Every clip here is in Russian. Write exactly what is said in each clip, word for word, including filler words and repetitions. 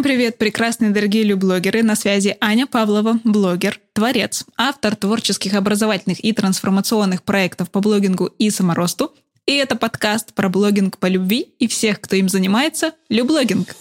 Всем привет, прекрасные дорогие люблогеры! На связи Аня Павлова, блогер, творец, автор творческих, образовательных и трансформационных проектов по блогингу и саморосту. И это подкаст про блогинг по любви и всех, кто им занимается, люблогинг.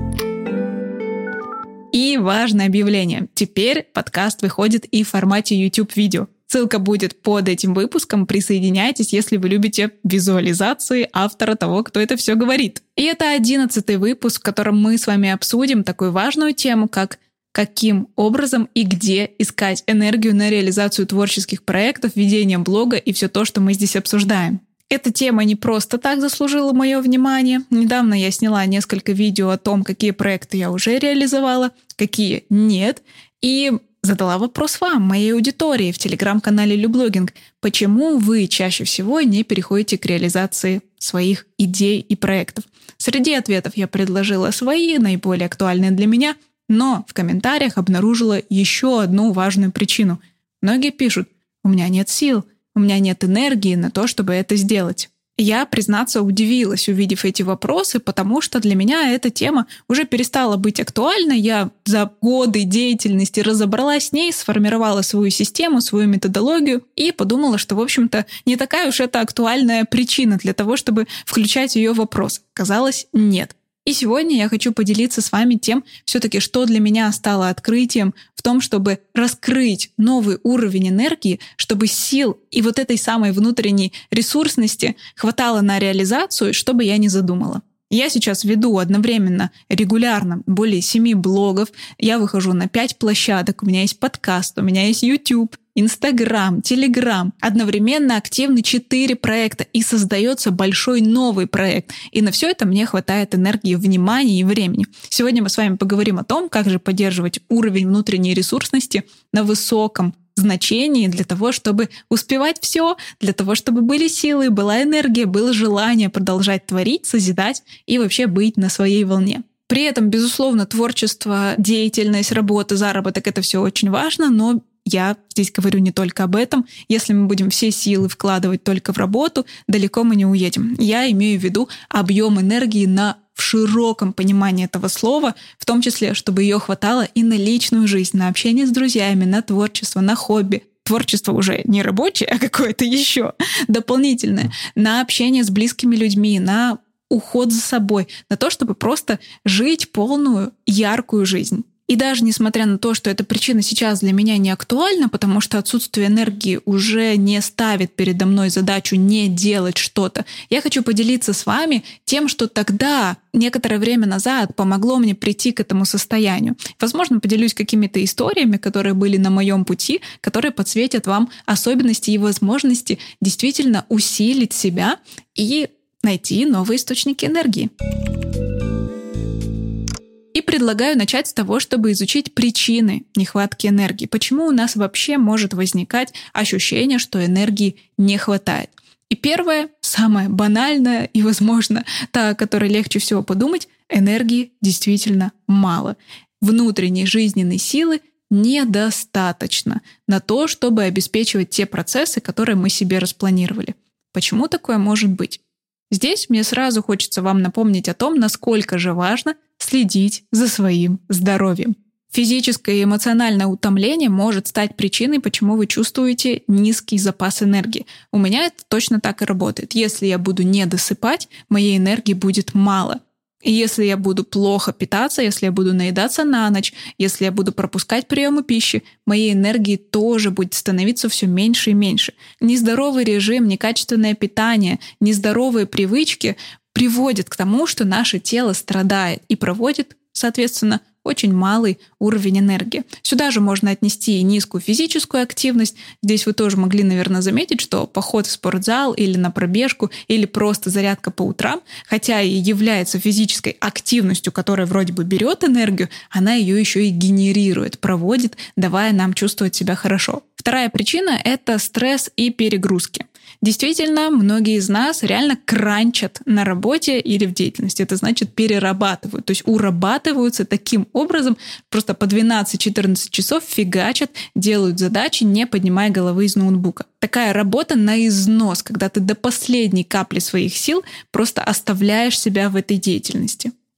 И важное объявление. Теперь подкаст выходит и в формате YouTube-видео. Ссылка будет под этим выпуском. Присоединяйтесь, если вы любите визуализации автора того, кто это все говорит. И это одиннадцатый выпуск, в котором мы с вами обсудим такую важную тему, как каким образом и где искать энергию на реализацию творческих проектов, ведение блога и все то, что мы здесь обсуждаем. Эта тема не просто так заслужила мое внимание. Недавно я сняла несколько видео о том, какие проекты я уже реализовала, какие нет. И задала вопрос вам, моей аудитории в телеграм-канале Люблогинг. Почему вы чаще всего не переходите к реализации своих идей и проектов? Среди ответов я предложила свои, наиболее актуальные для меня, но в комментариях обнаружила еще одну важную причину. Многие пишут: «У меня нет сил, у меня нет энергии на то, чтобы это сделать». Я, признаться, удивилась, увидев эти вопросы, потому что для меня эта тема уже перестала быть актуальной. Я за годы деятельности разобралась с ней, сформировала свою систему, свою методологию и подумала, что, в общем-то, не такая уж это актуальная причина для того, чтобы включать ее в вопрос. Казалось, нет. И сегодня я хочу поделиться с вами тем, все-таки, что для меня стало открытием в том, чтобы раскрыть новый уровень энергии, чтобы сил и вот этой самой внутренней ресурсности хватало на реализацию, что бы я ни задумала. Я сейчас веду одновременно регулярно более семи блогов, я выхожу на пять площадок, у меня есть подкаст, у меня есть YouTube, Инстаграм, Телеграм. Одновременно активны четыре проекта, и создается большой новый проект. И на все это мне хватает энергии, внимания и времени. Сегодня мы с вами поговорим о том, как же поддерживать уровень внутренней ресурсности на высоком значении для того, чтобы успевать все, для того, чтобы были силы, была энергия, было желание продолжать творить, созидать и вообще быть на своей волне. При этом, безусловно, творчество, деятельность, работа, заработок — это все очень важно, но я здесь говорю не только об этом. Если мы будем все силы вкладывать только в работу, далеко мы не уедем. Я имею в виду объем энергии на в широком понимании этого слова, в том числе, чтобы ее хватало и на личную жизнь, на общение с друзьями, на творчество, на хобби. Творчество уже не рабочее, а какое-то еще дополнительное. На общение с близкими людьми, на уход за собой, на то, чтобы просто жить полную, яркую жизнь. И даже несмотря на то, что эта причина сейчас для меня не актуальна, потому что отсутствие энергии уже не ставит передо мной задачу не делать что-то, я хочу поделиться с вами тем, что тогда, некоторое время назад, помогло мне прийти к этому состоянию. Возможно, поделюсь какими-то историями, которые были на моем пути, которые подсветят вам особенности и возможности действительно усилить себя и найти новые источники энергии. И предлагаю начать с того, чтобы изучить причины нехватки энергии. Почему у нас вообще может возникать ощущение, что энергии не хватает? И первое, самое банальное и, возможно, та, о которой легче всего подумать, энергии действительно мало. Внутренней жизненной силы недостаточно на то, чтобы обеспечивать те процессы, которые мы себе распланировали. Почему такое может быть? Здесь мне сразу хочется вам напомнить о том, насколько же важно следить за своим здоровьем. Физическое и эмоциональное утомление может стать причиной, почему вы чувствуете низкий запас энергии. У меня это точно так и работает. Если я буду не досыпать, моей энергии будет мало. И если я буду плохо питаться, если я буду наедаться на ночь, если я буду пропускать приемы пищи, моей энергии тоже будет становиться все меньше и меньше. Нездоровый режим, некачественное питание, нездоровые привычки приводят к тому, что наше тело страдает и проводит, соответственно, очень малый уровень энергии. Сюда же можно отнести и низкую физическую активность. Здесь вы тоже могли, наверное, заметить, что поход в спортзал или на пробежку, или просто зарядка по утрам, хотя и является физической активностью, которая вроде бы берет энергию, она ее еще и генерирует, проводит, давая нам чувствовать себя хорошо. Вторая причина — это стресс и перегрузки. Действительно, многие из нас реально кранчат на работе или в деятельности. Это значит перерабатывают, то есть урабатываются таким образом, просто по двенадцать-четырнадцать часов фигачат, делают задачи, не поднимая головы из ноутбука. Такая работа на износ, когда ты до последней капли своих сил просто оставляешь себя в этой деятельности.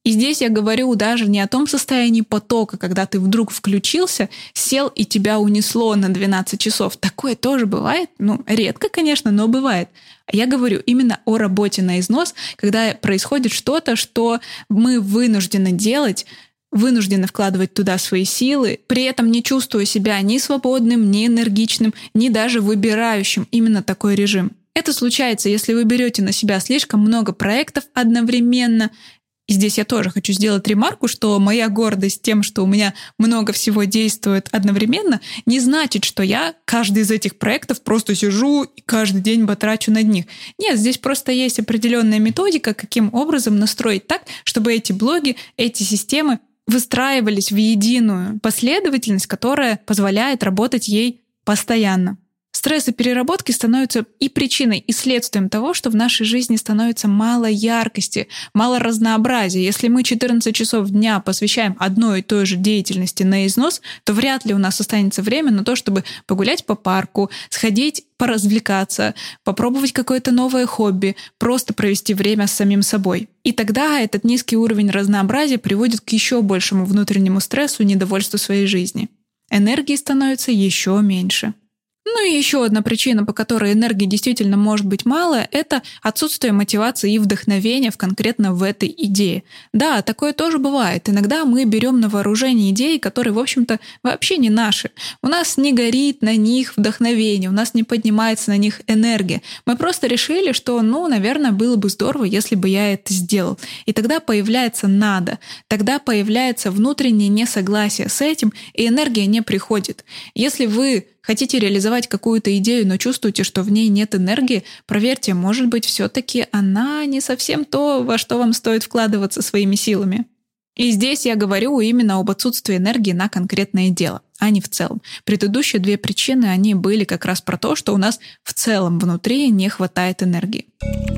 И здесь я говорю даже не о том состоянии потока, когда ты вдруг включился, сел и тебя унесло на двенадцать часов. Такое тоже бывает, ну, редко, конечно, но бывает. Я говорю именно о работе на износ, когда происходит что-то, что мы вынуждены делать, вынуждены вкладывать туда свои силы, при этом не чувствуя себя ни свободным, ни энергичным, ни даже выбирающим именно такой режим. Это случается, если вы берете на себя слишком много проектов одновременно. И здесь я тоже хочу сделать ремарку, что моя гордость тем, что у меня много всего действует одновременно, не значит, что я каждый из этих проектов просто сижу и каждый день батрачу над них. Нет, здесь просто есть определенная методика, каким образом настроить так, чтобы эти блоги, эти системы выстраивались в единую последовательность, которая позволяет работать ей постоянно. Стресс и переработки становятся и причиной, и следствием того, что в нашей жизни становится мало яркости, мало разнообразия. Если мы четырнадцать часов дня посвящаем одной и той же деятельности на износ, то вряд ли у нас останется время на то, чтобы погулять по парку, сходить поразвлекаться, попробовать какое-то новое хобби, просто провести время с самим собой. И тогда этот низкий уровень разнообразия приводит к еще большему внутреннему стрессу и недовольству своей жизни. Энергии становится еще меньше. Ну и еще одна причина, по которой энергии действительно может быть мало, это отсутствие мотивации и вдохновения в конкретно в этой идее. Да, такое тоже бывает. Иногда мы берем на вооружение идеи, которые, в общем-то, вообще не наши. У нас не горит на них вдохновение, у нас не поднимается на них энергия. Мы просто решили, что, ну, наверное, было бы здорово, если бы я это сделал. И тогда появляется «надо». Тогда появляется внутреннее несогласие с этим, и энергия не приходит. Если вы хотите реализовать какую-то идею, но чувствуете, что в ней нет энергии, проверьте, может быть, все-таки она не совсем то, во что вам стоит вкладываться своими силами. И здесь я говорю именно об отсутствии энергии на конкретное дело, а не в целом. Предыдущие две причины, они были как раз про то, что у нас в целом внутри не хватает энергии.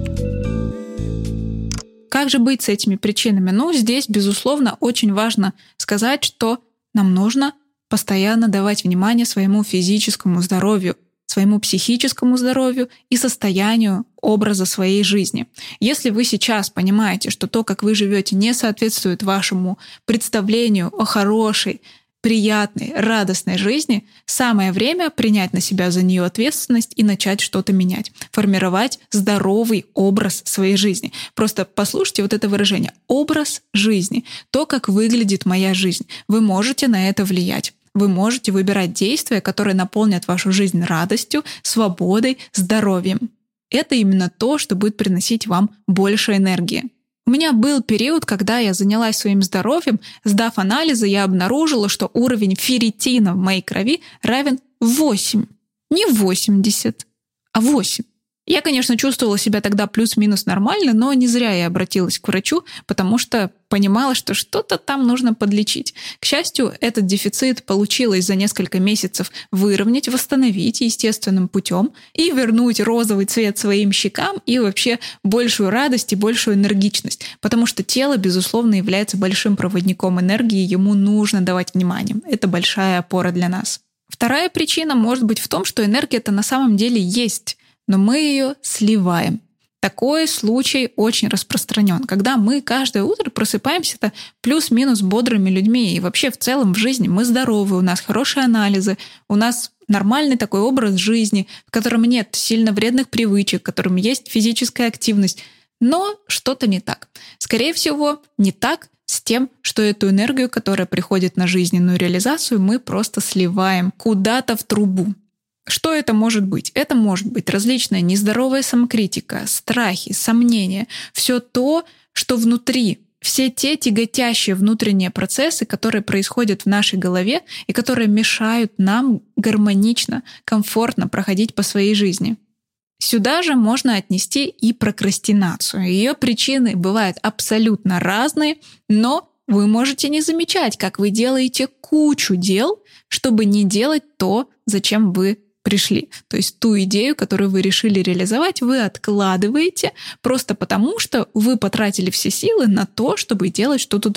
Как же быть с этими причинами? Ну, здесь, безусловно, очень важно сказать, что нам нужно постоянно давать внимание своему физическому здоровью, своему психическому здоровью и состоянию образа своей жизни. Если вы сейчас понимаете, что то, как вы живете, не соответствует вашему представлению о хорошей, приятной, радостной жизни, самое время принять на себя за нее ответственность и начать что-то менять, формировать здоровый образ своей жизни. Просто послушайте вот это выражение «образ жизни», то, как выглядит моя жизнь. Вы можете на это влиять. Вы можете выбирать действия, которые наполнят вашу жизнь радостью, свободой, здоровьем. Это именно то, что будет приносить вам больше энергии. У меня был период, когда я занялась своим здоровьем, сдав анализы, я обнаружила, что уровень ферритина в моей крови равен восемь. Не восемьдесят, а восемь. Я, конечно, чувствовала себя тогда плюс-минус нормально, но не зря я обратилась к врачу, потому что понимала, что что-то там нужно подлечить. К счастью, этот дефицит получилось за несколько месяцев выровнять, восстановить естественным путем и вернуть розовый цвет своим щекам и вообще большую радость и большую энергичность, потому что тело, безусловно, является большим проводником энергии, ему нужно давать внимание. Это большая опора для нас. Вторая причина может быть в том, что энергия-то на самом деле есть, но мы ее сливаем. Такой случай очень распространен, когда мы каждое утро просыпаемся-то плюс-минус бодрыми людьми, и вообще в целом в жизни мы здоровы, у нас хорошие анализы, у нас нормальный такой образ жизни, в котором нет сильно вредных привычек, в котором есть физическая активность, но что-то не так. Скорее всего, не так с тем, что эту энергию, которая приходит на жизненную реализацию, мы просто сливаем куда-то в трубу. Что это может быть? Это может быть различная нездоровая самокритика, страхи, сомнения. Все то, что внутри, все те тяготящие внутренние процессы, которые происходят в нашей голове и которые мешают нам гармонично, комфортно проходить по своей жизни. Сюда же можно отнести и прокрастинацию. Ее причины бывают абсолютно разные, но вы можете не замечать, как вы делаете кучу дел, чтобы не делать то, зачем вы пришли. То есть ту идею, которую вы решили реализовать, вы откладываете просто потому, что вы потратили все силы на то, чтобы делать что-то другое.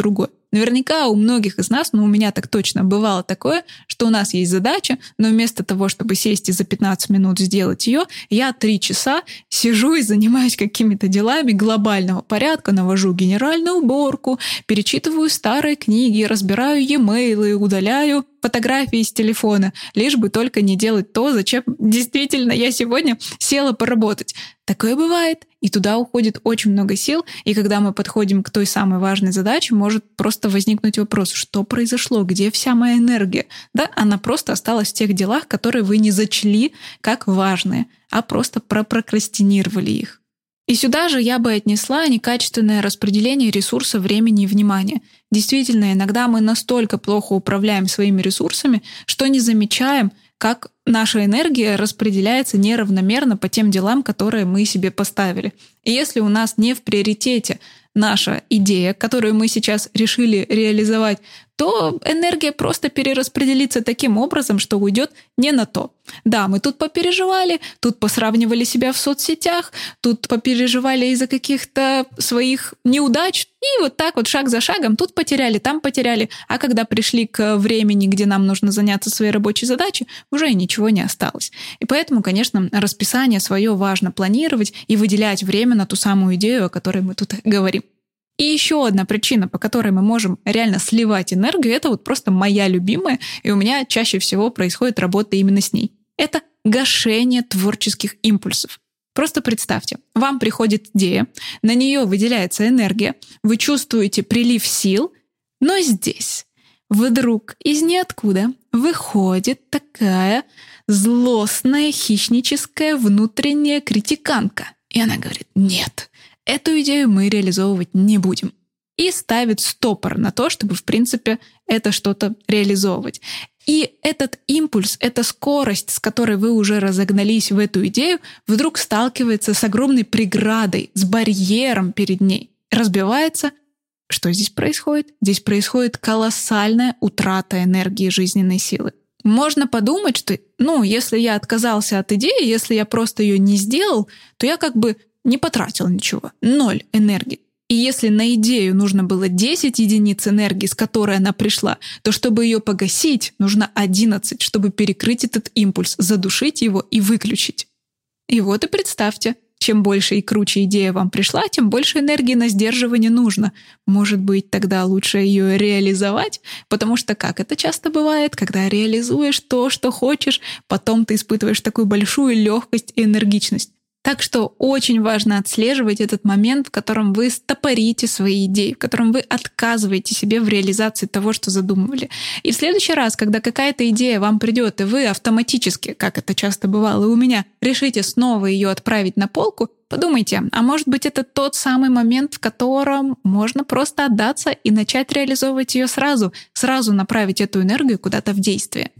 Наверняка у многих из нас, ну у меня так точно бывало такое, что у нас есть задача, но вместо того, чтобы сесть и за пятнадцать минут сделать ее, я три часа сижу и занимаюсь какими-то делами глобального порядка, навожу генеральную уборку, перечитываю старые книги, разбираю e-mail, удаляю фотографии с телефона, лишь бы только не делать то, зачем действительно я сегодня села поработать. Такое бывает, и туда уходит очень много сил, и когда мы подходим к той самой важной задаче, может просто возникнуть вопрос, что произошло, где вся моя энергия? Да, она просто осталась в тех делах, которые вы не зачли как важные, а просто пропрокрастинировали их. И сюда же я бы отнесла некачественное распределение ресурса, времени и внимания. Действительно, иногда мы настолько плохо управляем своими ресурсами, что не замечаем, как наша энергия распределяется неравномерно по тем делам, которые мы себе поставили. И если у нас не в приоритете наша идея, которую мы сейчас решили реализовать, то энергия просто перераспределится таким образом, что уйдет не на то. Да, мы тут попереживали, тут посравнивали себя в соцсетях, тут попереживали из-за каких-то своих неудач, и вот так вот шаг за шагом тут потеряли, там потеряли, а когда пришли к времени, где нам нужно заняться своей рабочей задачей, уже ничего не осталось. И поэтому, конечно, расписание свое важно планировать и выделять время на ту самую идею, о которой мы тут говорим. И еще одна причина, по которой мы можем реально сливать энергию, это вот просто моя любимая, и у меня чаще всего происходит работа именно с ней. Это гашение творческих импульсов. Просто представьте, вам приходит идея, на нее выделяется энергия, вы чувствуете прилив сил, но здесь вдруг из ниоткуда выходит такая злостная, хищническая внутренняя критиканка. И она говорит: «Нет, эту идею мы реализовывать не будем». И ставит стопор на то, чтобы, в принципе, это что-то реализовывать. И этот импульс, эта скорость, с которой вы уже разогнались в эту идею, вдруг сталкивается с огромной преградой, с барьером перед ней. Разбивается. Что здесь происходит? Здесь происходит колоссальная утрата энергии, жизненной силы. Можно подумать, что, ну, если я отказался от идеи, если я просто ее не сделал, то я как бы не потратил ничего. Ноль энергии. И если на идею нужно было десять единиц энергии, с которой она пришла, то чтобы ее погасить, нужно одиннадцать, чтобы перекрыть этот импульс, задушить его и выключить. И вот и представьте, чем больше и круче идея вам пришла, тем больше энергии на сдерживание нужно. Может быть, тогда лучше ее реализовать, потому что, как это часто бывает, когда реализуешь то, что хочешь, потом ты испытываешь такую большую легкость и энергичность. Так что очень важно отслеживать этот момент, в котором вы стопорите свои идеи, в котором вы отказываете себе в реализации того, что задумывали. И в следующий раз, когда какая-то идея вам придет, и вы автоматически, как это часто бывало и у меня, решите снова ее отправить на полку, подумайте, а может быть это тот самый момент, в котором можно просто отдаться и начать реализовывать ее сразу, сразу направить эту энергию куда-то в действие.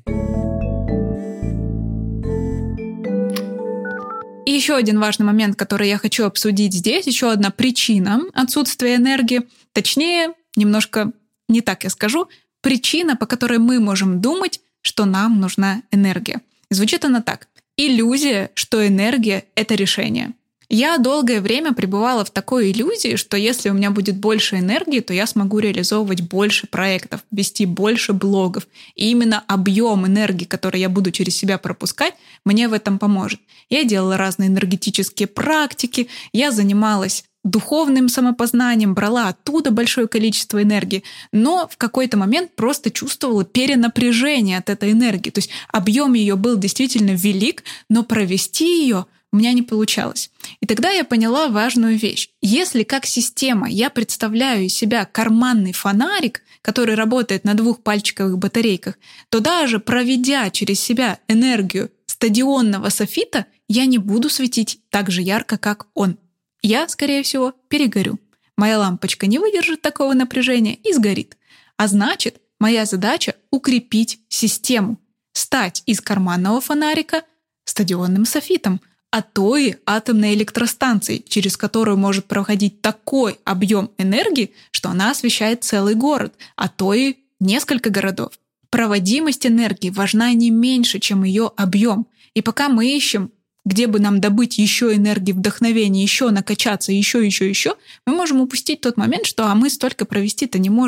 И еще один важный момент, который я хочу обсудить здесь, еще одна причина отсутствия энергии, точнее, немножко не так я скажу, причина, по которой мы можем думать, что нам нужна энергия. Звучит она так: иллюзия, что энергия — это решение. Я долгое время пребывала в такой иллюзии, что если у меня будет больше энергии, то я смогу реализовывать больше проектов, вести больше блогов. И именно объем энергии, который я буду через себя пропускать, мне в этом поможет. Я делала разные энергетические практики, я занималась духовным самопознанием, брала оттуда большое количество энергии, но в какой-то момент просто чувствовала перенапряжение от этой энергии. То есть объем ее был действительно велик, но провести ее у меня не получалось. И тогда я поняла важную вещь. Если как система я представляю из себя карманный фонарик, который работает на двух пальчиковых батарейках, то даже проведя через себя энергию стадионного софита, я не буду светить так же ярко, как он. Я, скорее всего, перегорю. Моя лампочка не выдержит такого напряжения и сгорит. А значит, моя задача — укрепить систему, стать из карманного фонарика стадионным софитом, а то и атомной электростанцией, через которую может проходить такой объем энергии, что она освещает целый город, а то и несколько городов. Проводимость энергии важна не меньше, чем ее объем. И пока мы ищем, где бы нам добыть еще энергии, вдохновения, еще накачаться, еще, еще, еще, мы можем упустить тот момент, что а мы столько провести-то не можем.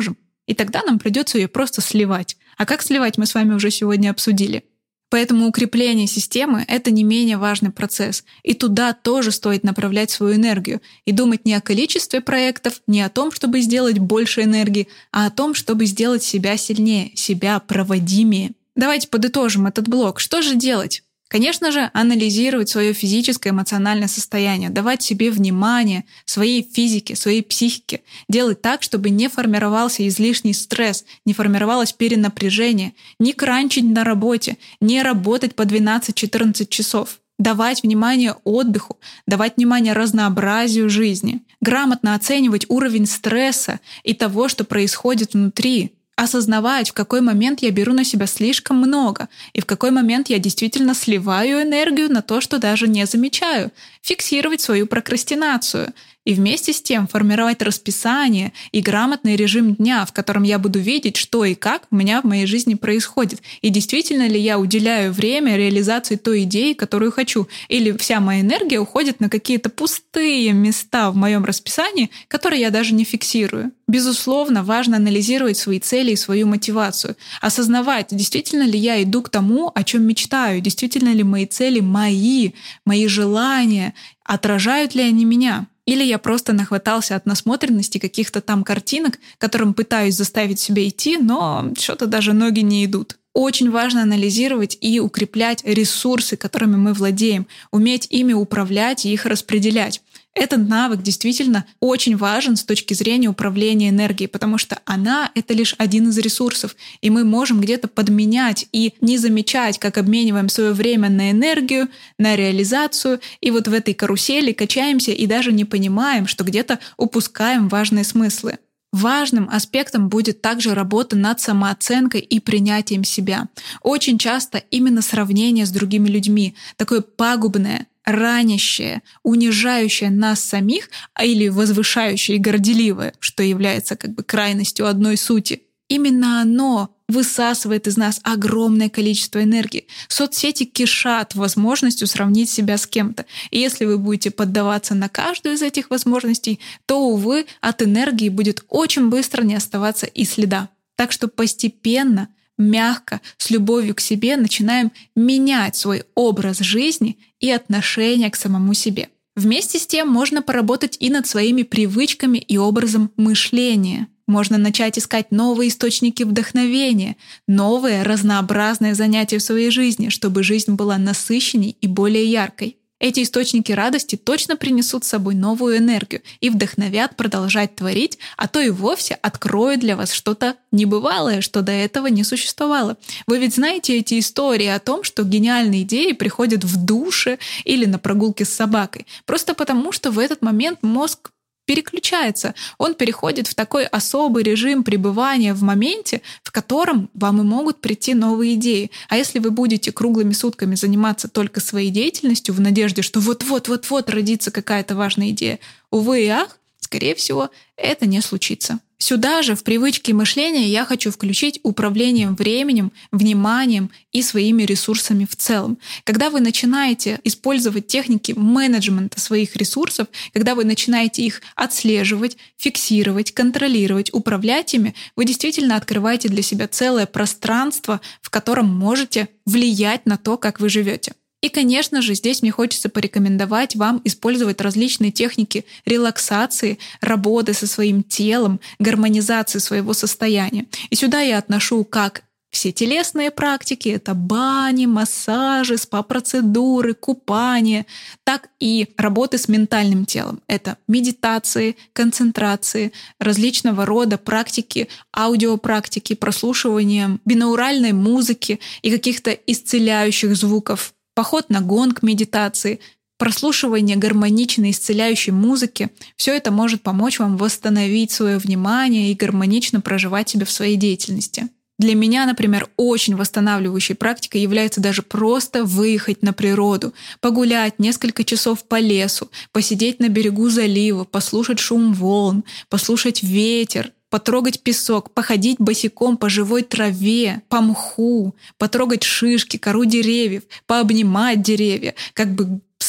И тогда нам придется ее просто сливать. А как сливать, мы с вами уже сегодня обсудили. Поэтому укрепление системы — это не менее важный процесс. И туда тоже стоит направлять свою энергию. И думать не о количестве проектов, не о том, чтобы сделать больше энергии, а о том, чтобы сделать себя сильнее, себя проводимее. Давайте подытожим этот блок. Что же делать? Конечно же, анализировать свое физическое, эмоциональное состояние, давать себе внимание, своей физике, своей психике, делать так, чтобы не формировался излишний стресс, не формировалось перенапряжение, не кранчить на работе, не работать по двенадцать-четырнадцать часов, давать внимание отдыху, давать внимание разнообразию жизни, грамотно оценивать уровень стресса и того, что происходит внутри, осознавать, в какой момент я беру на себя слишком много и в какой момент я действительно сливаю энергию на то, что даже не замечаю, фиксировать свою прокрастинацию и вместе с тем формировать расписание и грамотный режим дня, в котором я буду видеть, что и как у меня в моей жизни происходит, и действительно ли я уделяю время реализации той идеи, которую хочу, или вся моя энергия уходит на какие-то пустые места в моем расписании, которые я даже не фиксирую. Безусловно, важно анализировать свои цели и свою мотивацию, осознавать, действительно ли я иду к тому, о чем мечтаю, действительно ли мои цели мои, мои желания, отражают ли они меня. Или я просто нахватался от насмотренности каких-то там картинок, которым пытаюсь заставить себя идти, но что-то даже ноги не идут. Очень важно анализировать и укреплять ресурсы, которыми мы владеем, уметь ими управлять и их распределять. Этот навык действительно очень важен с точки зрения управления энергией, потому что она — это лишь один из ресурсов, и мы можем где-то подменять и не замечать, как обмениваем свое время на энергию, на реализацию, и вот в этой карусели качаемся и даже не понимаем, что где-то упускаем важные смыслы. Важным аспектом будет также работа над самооценкой и принятием себя. Очень часто именно сравнение с другими людьми, такое пагубное, ранящее, унижающее нас самих, а или возвышающее и горделивое, что является как бы крайностью одной сути. Именно оно высасывает из нас огромное количество энергии. Соцсети кишат возможностью сравнить себя с кем-то. И если вы будете поддаваться на каждую из этих возможностей, то, увы, от энергии будет очень быстро не оставаться и следа. Так что постепенно, мягко, с любовью к себе начинаем менять свой образ жизни и отношение к самому себе. Вместе с тем можно поработать и над своими привычками и образом мышления. Можно начать искать новые источники вдохновения, новые разнообразные занятия в своей жизни, чтобы жизнь была насыщенней и более яркой. Эти источники радости точно принесут с собой новую энергию и вдохновят продолжать творить, а то и вовсе откроют для вас что-то небывалое, что до этого не существовало. Вы ведь знаете эти истории о том, что гениальные идеи приходят в душе или на прогулке с собакой, просто потому что в этот момент мозг переключается, он переходит в такой особый режим пребывания в моменте, в котором вам и могут прийти новые идеи. А если вы будете круглыми сутками заниматься только своей деятельностью в надежде, что вот-вот-вот-вот родится какая-то важная идея, увы и ах, скорее всего, это не случится. Сюда же, в привычки мышления, я хочу включить управлением временем, вниманием и своими ресурсами в целом. Когда вы начинаете использовать техники менеджмента своих ресурсов, когда вы начинаете их отслеживать, фиксировать, контролировать, управлять ими, вы действительно открываете для себя целое пространство, в котором можете влиять на то, как вы живете. И, конечно же, здесь мне хочется порекомендовать вам использовать различные техники релаксации, работы со своим телом, гармонизации своего состояния. И сюда я отношу как все телесные практики, это бани, массажи, спа-процедуры, купание, так и работы с ментальным телом. Это медитации, концентрации, различного рода практики, аудиопрактики, прослушивание бинауральной музыки и каких-то исцеляющих звуков. Поход на гонг медитации, прослушивание гармоничной исцеляющей музыки — все это может помочь вам восстановить свое внимание и гармонично проживать себя в своей деятельности. Для меня, например, очень восстанавливающей практикой является даже просто выехать на природу, погулять несколько часов по лесу, посидеть на берегу залива, послушать шум волн, послушать ветер, потрогать песок, походить босиком по живой траве, по мху, потрогать шишки, кору деревьев, пообнимать деревья, как бы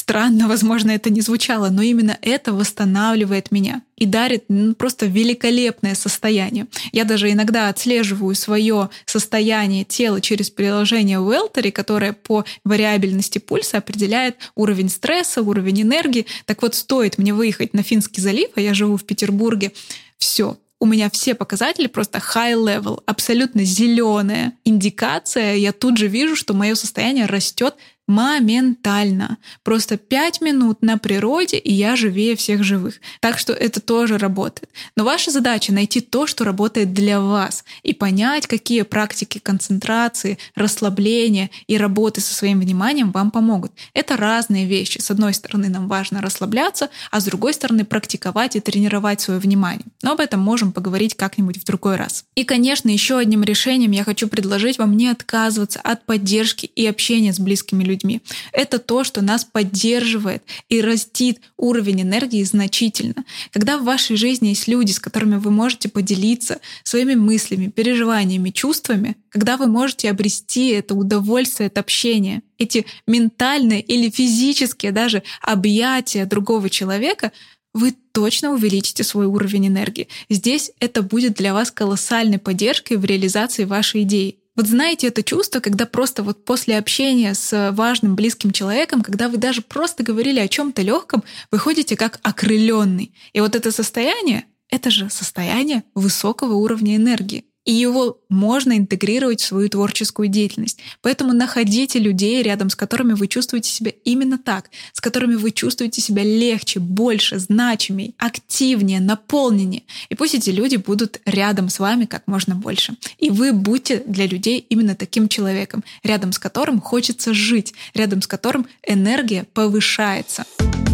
странно, возможно, это не звучало, но именно это восстанавливает меня и дарит ну, просто великолепное состояние. Я даже иногда отслеживаю свое состояние тела через приложение Welltory, которое по вариабельности пульса определяет уровень стресса, уровень энергии. Так вот, стоит мне выехать на Финский залив, а я живу в Петербурге, все. У меня все показатели просто high level, абсолютно зеленая индикация. Я тут же вижу, что мое состояние растет моментально. Просто пять минут на природе, и я живее всех живых. Так что это тоже работает. Но ваша задача — найти то, что работает для вас, и понять, какие практики концентрации, расслабления и работы со своим вниманием вам помогут. Это разные вещи. С одной стороны, нам важно расслабляться, а с другой стороны, практиковать и тренировать свое внимание. Но об этом можем поговорить как-нибудь в другой раз. И, конечно, еще одним решением я хочу предложить вам не отказываться от поддержки и общения с близкими людьми. людьми. Это то, что нас поддерживает и растит уровень энергии значительно. Когда в вашей жизни есть люди, с которыми вы можете поделиться своими мыслями, переживаниями, чувствами, когда вы можете обрести это удовольствие от общения, эти ментальные или физические даже объятия другого человека, вы точно увеличите свой уровень энергии. Здесь это будет для вас колоссальной поддержкой в реализации вашей идеи. Вот знаете это чувство, когда просто вот после общения с важным, близким человеком, когда вы даже просто говорили о чем-то легком, вы ходите как окрыленный. И вот это состояние, это же состояние высокого уровня энергии. И его можно интегрировать в свою творческую деятельность. Поэтому находите людей, рядом с которыми вы чувствуете себя именно так, с которыми вы чувствуете себя легче, больше, значимее, активнее, наполненнее. И пусть эти люди будут рядом с вами как можно больше. И вы будьте для людей именно таким человеком, рядом с которым хочется жить, рядом с которым энергия повышается.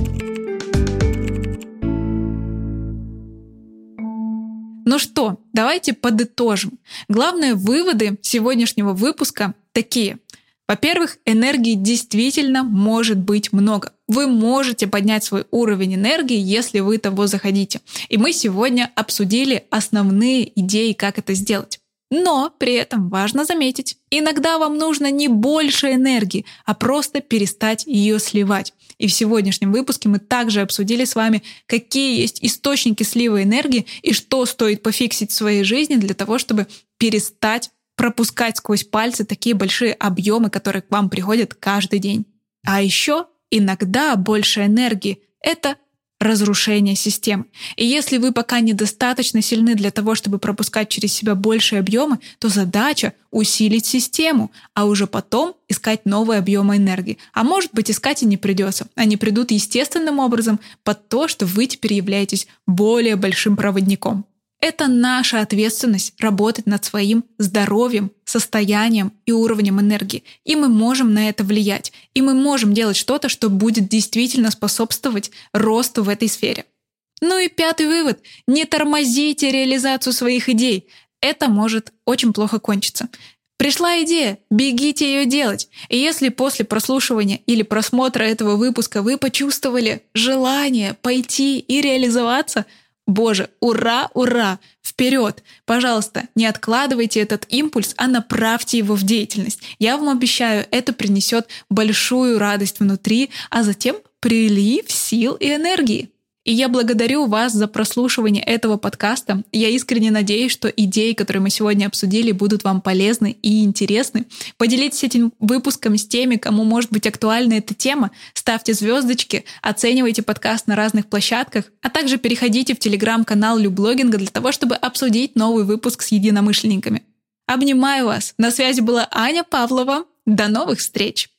Ну что, давайте подытожим. Главные выводы сегодняшнего выпуска такие. Во-первых, энергии действительно может быть много. Вы можете поднять свой уровень энергии, если вы того захотите. И мы сегодня обсудили основные идеи, как это сделать. Но при этом важно заметить, иногда вам нужно не больше энергии, а просто перестать ее сливать. И в сегодняшнем выпуске мы также обсудили с вами, какие есть источники слива энергии и что стоит пофиксить в своей жизни для того, чтобы перестать пропускать сквозь пальцы такие большие объемы, которые к вам приходят каждый день. А еще иногда больше энергии — это разрушение системы. И если вы пока недостаточно сильны для того, чтобы пропускать через себя большие объемы, то задача — усилить систему, а уже потом искать новые объемы энергии. А может быть, искать и не придется. Они придут естественным образом под то, что вы теперь являетесь более большим проводником. Это наша ответственность работать над своим здоровьем, состоянием и уровнем энергии. И мы можем на это влиять. И мы можем делать что-то, что будет действительно способствовать росту в этой сфере. Ну и пятый вывод. Не тормозите реализацию своих идей. Это может очень плохо кончиться. Пришла идея, бегите ее делать. И если после прослушивания или просмотра этого выпуска вы почувствовали желание пойти и реализоваться, Боже, ура, ура! Вперед! Пожалуйста, не откладывайте этот импульс, а направьте его в деятельность. Я вам обещаю, это принесет большую радость внутри, а затем прилив сил и энергии. И я благодарю вас за прослушивание этого подкаста. Я искренне надеюсь, что идеи, которые мы сегодня обсудили, будут вам полезны и интересны. Поделитесь этим выпуском с теми, кому может быть актуальна эта тема. Ставьте звездочки, оценивайте подкаст на разных площадках, а также переходите в телеграм-канал Люблогинга для того, чтобы обсудить новый выпуск с единомышленниками. Обнимаю вас. На связи была Аня Павлова. До новых встреч!